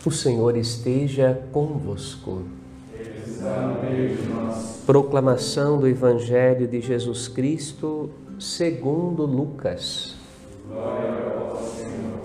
O Senhor esteja convosco. Ele está no meio de nós. Proclamação do Evangelho de Jesus Cristo segundo Lucas. Glória a vós, Senhor.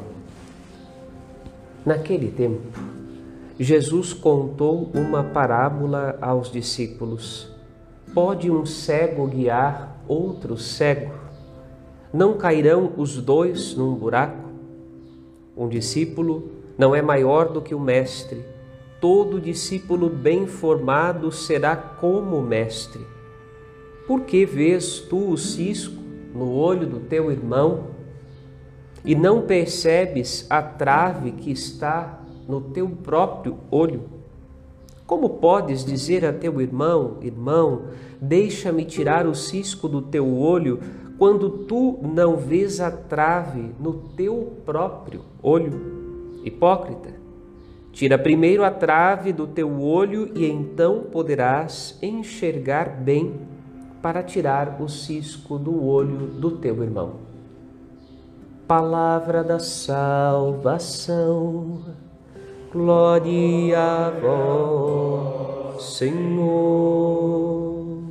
Naquele tempo, Jesus contou uma parábola aos discípulos. Pode um cego guiar outro cego? Não cairão os dois num buraco? Um discípulo não é maior do que o mestre. Todo discípulo bem formado será como o mestre. Por que vês tu o cisco no olho do teu irmão e não percebes a trave que está no teu próprio olho? Como podes dizer a teu irmão: irmão, deixa-me tirar o cisco do teu olho, quando tu não vês a trave no teu próprio olho? Hipócrita, tira primeiro a trave do teu olho e então poderás enxergar bem para tirar o cisco do olho do teu irmão. Palavra da salvação. Glória a vós, Senhor.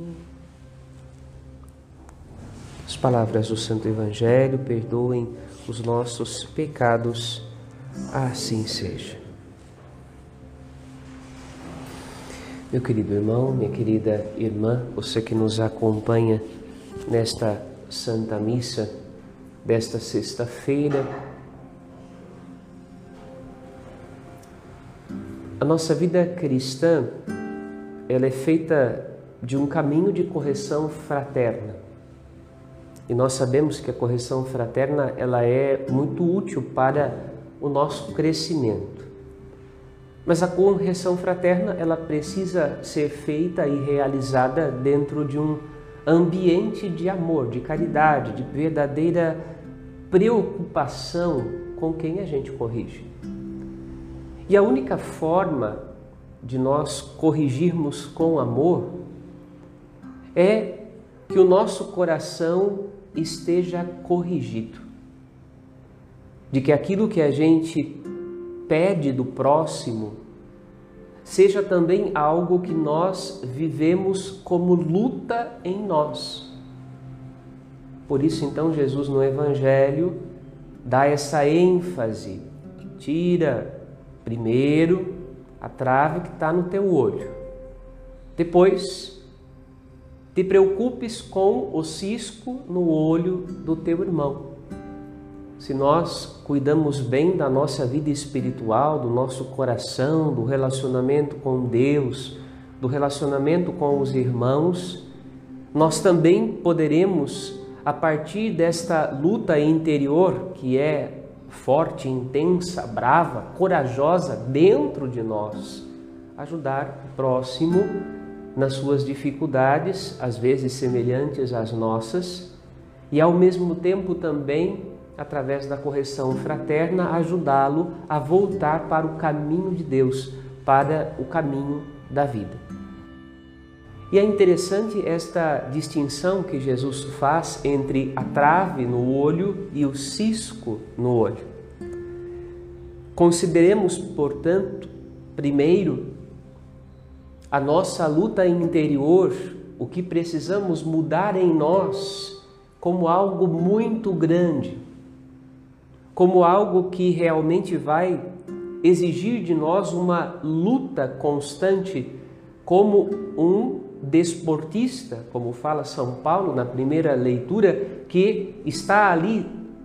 As palavras do Santo Evangelho perdoem os nossos pecados. Assim seja. Meu querido irmão, minha querida irmã, você que nos acompanha nesta Santa Missa desta sexta-feira, a nossa vida cristã, ela é feita de um caminho de correção fraterna. E nós sabemos que a correção fraterna, ela é muito útil para o nosso crescimento. Mas a correção fraterna, ela precisa ser feita e realizada dentro de um ambiente de amor, de caridade, de verdadeira preocupação com quem a gente corrige. E a única forma de nós corrigirmos com amor é que o nosso coração esteja corrigido. De que aquilo que a gente pede do próximo seja também algo que nós vivemos como luta em nós. Por isso, então, Jesus no Evangelho dá essa ênfase. Tira primeiro a trave que está no teu olho. Depois, te preocupes com o cisco no olho do teu irmão. Se nós cuidamos bem da nossa vida espiritual, do nosso coração, do relacionamento com Deus, do relacionamento com os irmãos, nós também poderemos, a partir desta luta interior, que é forte, intensa, brava, corajosa dentro de nós, ajudar o próximo nas suas dificuldades, às vezes semelhantes às nossas, e ao mesmo tempo também, através da correção fraterna, ajudá-lo a voltar para o caminho de Deus, para o caminho da vida. E é interessante esta distinção que Jesus faz entre a trave no olho e o cisco no olho. Consideremos, portanto, primeiro, a nossa luta interior, o que precisamos mudar em nós, como algo muito grande, como algo que realmente vai exigir de nós uma luta constante, como um desportista, como fala São Paulo na primeira leitura, que está ali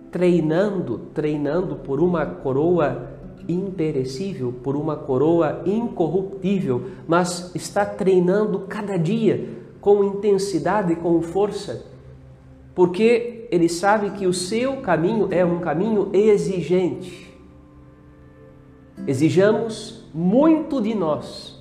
treinando por uma coroa imperecível, por uma coroa incorruptível, mas está treinando cada dia com intensidade e com força, porque ele sabe que o seu caminho é um caminho exigente. Exijamos muito de nós,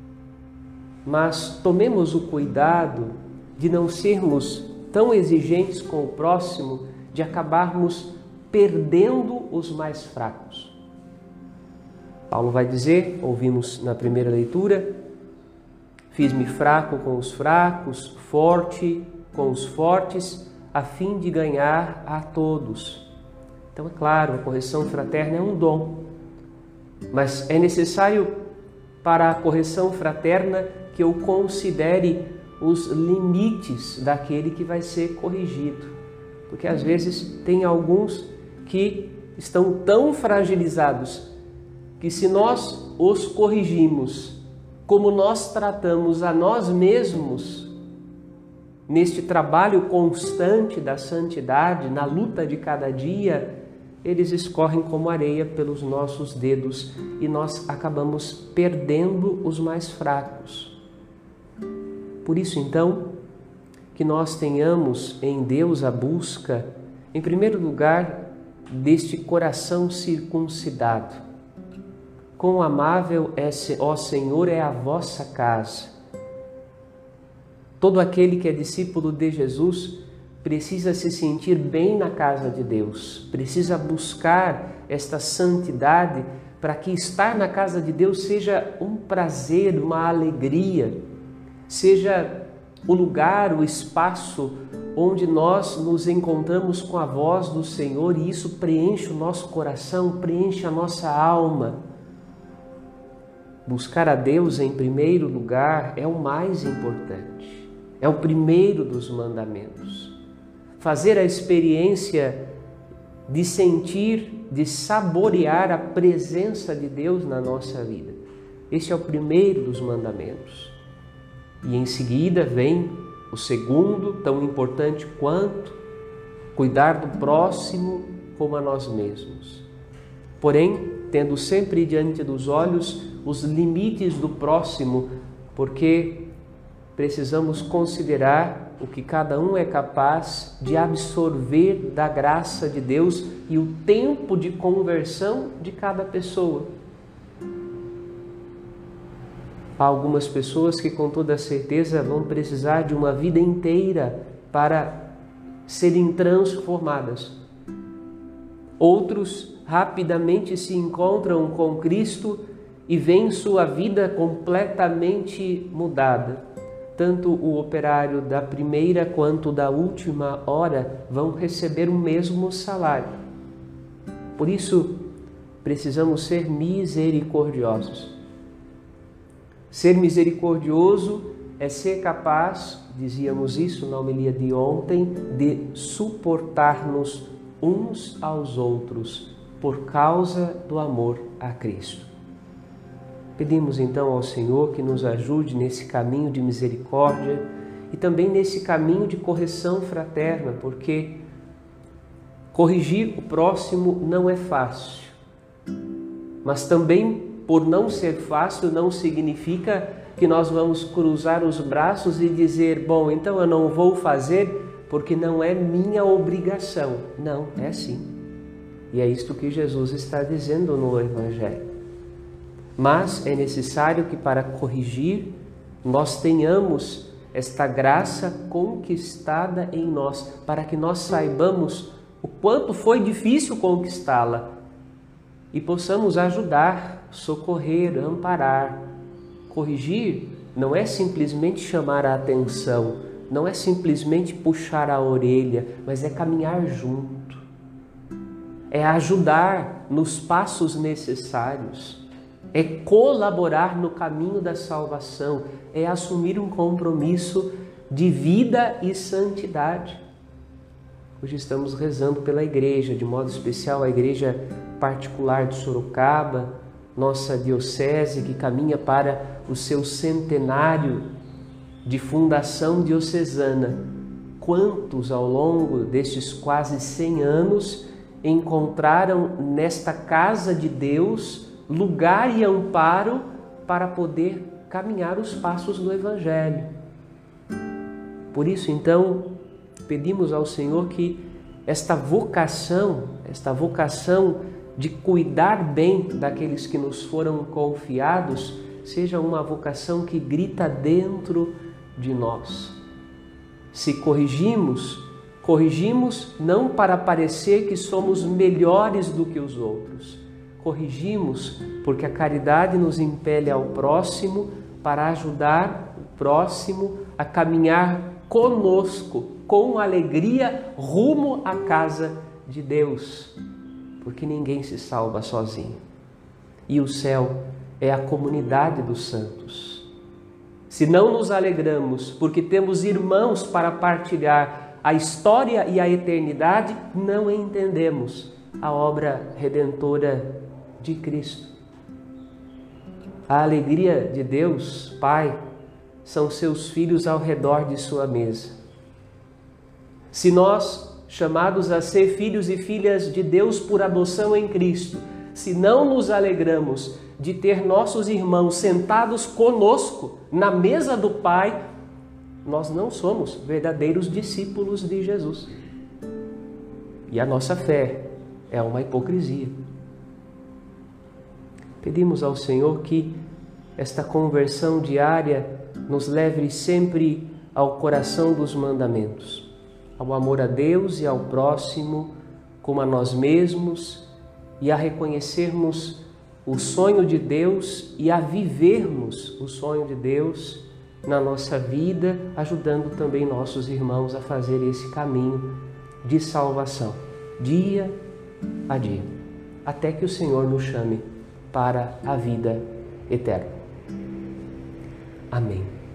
mas tomemos o cuidado de não sermos tão exigentes com o próximo, de acabarmos perdendo os mais fracos. Paulo vai dizer, ouvimos na primeira leitura, fiz-me fraco com os fracos, forte com os fortes, a fim de ganhar a todos. Então, é claro, a correção fraterna é um dom. mas é necessário para a correção fraterna que eu considere os limites daquele que vai ser corrigido. Porque às vezes tem alguns que estão tão fragilizados que se nós os corrigimos como nós tratamos a nós mesmos neste trabalho constante da santidade, na luta de cada dia, eles escorrem como areia pelos nossos dedos e nós acabamos perdendo os mais fracos. Por isso, então, que nós tenhamos em Deus a busca, em primeiro lugar, deste coração circuncidado. Quão amável, ó Senhor, é a vossa casa. Todo aquele que é discípulo de Jesus precisa se sentir bem na casa de Deus, precisa buscar esta santidade para que estar na casa de Deus seja um prazer, uma alegria, seja o lugar, o espaço onde nós nos encontramos com a voz do Senhor e isso preenche o nosso coração, preenche a nossa alma. Buscar a Deus em primeiro lugar é o mais importante, é o primeiro dos mandamentos. Fazer a experiência de sentir, de saborear a presença de Deus na nossa vida. Esse é o primeiro dos mandamentos. E em seguida vem o segundo, tão importante quanto, cuidar do próximo como a nós mesmos. Porém, tendo sempre diante dos olhos os limites do próximo, porque precisamos considerar o que cada um é capaz de absorver da graça de Deus e o tempo de conversão de cada pessoa. Há algumas pessoas que com toda certeza vão precisar de uma vida inteira para serem transformadas. Outros rapidamente se encontram com Cristo e veem sua vida completamente mudada. Tanto o operário da primeira quanto da última hora vão receber o mesmo salário. Por isso, precisamos ser misericordiosos. Ser misericordioso é ser capaz, dizíamos isso na homilia de ontem, de suportar-nos uns aos outros por causa do amor a Cristo. Pedimos então ao Senhor que nos ajude nesse caminho de misericórdia e também nesse caminho de correção fraterna, porque corrigir o próximo não é fácil, mas também por não ser fácil não significa que nós vamos cruzar os braços e dizer, bom, então eu não vou fazer porque não é minha obrigação. Não, é sim. E é isto que Jesus está dizendo no Evangelho. Mas é necessário que para corrigir nós tenhamos esta graça conquistada em nós, para que nós saibamos o quanto foi difícil conquistá-la e possamos ajudar, socorrer, amparar. Corrigir não é simplesmente chamar a atenção, não é simplesmente puxar a orelha, mas é caminhar junto, é ajudar nos passos necessários, é colaborar no caminho da salvação, é assumir um compromisso de vida e santidade. Hoje estamos rezando pela igreja, de modo especial a igreja particular de Sorocaba, nossa diocese que caminha para o seu centenário de fundação diocesana. Quantos ao longo destes quase 100 anos encontraram nesta casa de Deus lugar e amparo para poder caminhar os passos do Evangelho. Por isso, então, pedimos ao Senhor que esta vocação de cuidar bem daqueles que nos foram confiados, seja uma vocação que grita dentro de nós. Se corrigimos não para parecer que somos melhores do que os outros. Corrigimos porque a caridade nos impele ao próximo para ajudar o próximo a caminhar conosco, com alegria, rumo à casa de Deus. Porque ninguém se salva sozinho. e o céu é a comunidade dos santos. Se não nos alegramos porque temos irmãos para partilhar a história e a eternidade, não entendemos a obra redentora de Cristo. A alegria de Deus, Pai, são seus filhos ao redor de sua mesa. Se nós, chamados a ser filhos e filhas de Deus por adoção em Cristo, se não nos alegramos de ter nossos irmãos sentados conosco na mesa do Pai, nós não somos verdadeiros discípulos de Jesus. E a nossa fé é uma hipocrisia. Pedimos ao Senhor que esta conversão diária nos leve sempre ao coração dos mandamentos, ao amor a Deus e ao próximo, como a nós mesmos, e a reconhecermos o sonho de Deus e a vivermos o sonho de Deus na nossa vida, ajudando também nossos irmãos a fazer esse caminho de salvação, dia a dia, até que o Senhor nos chame para a vida eterna. Amém.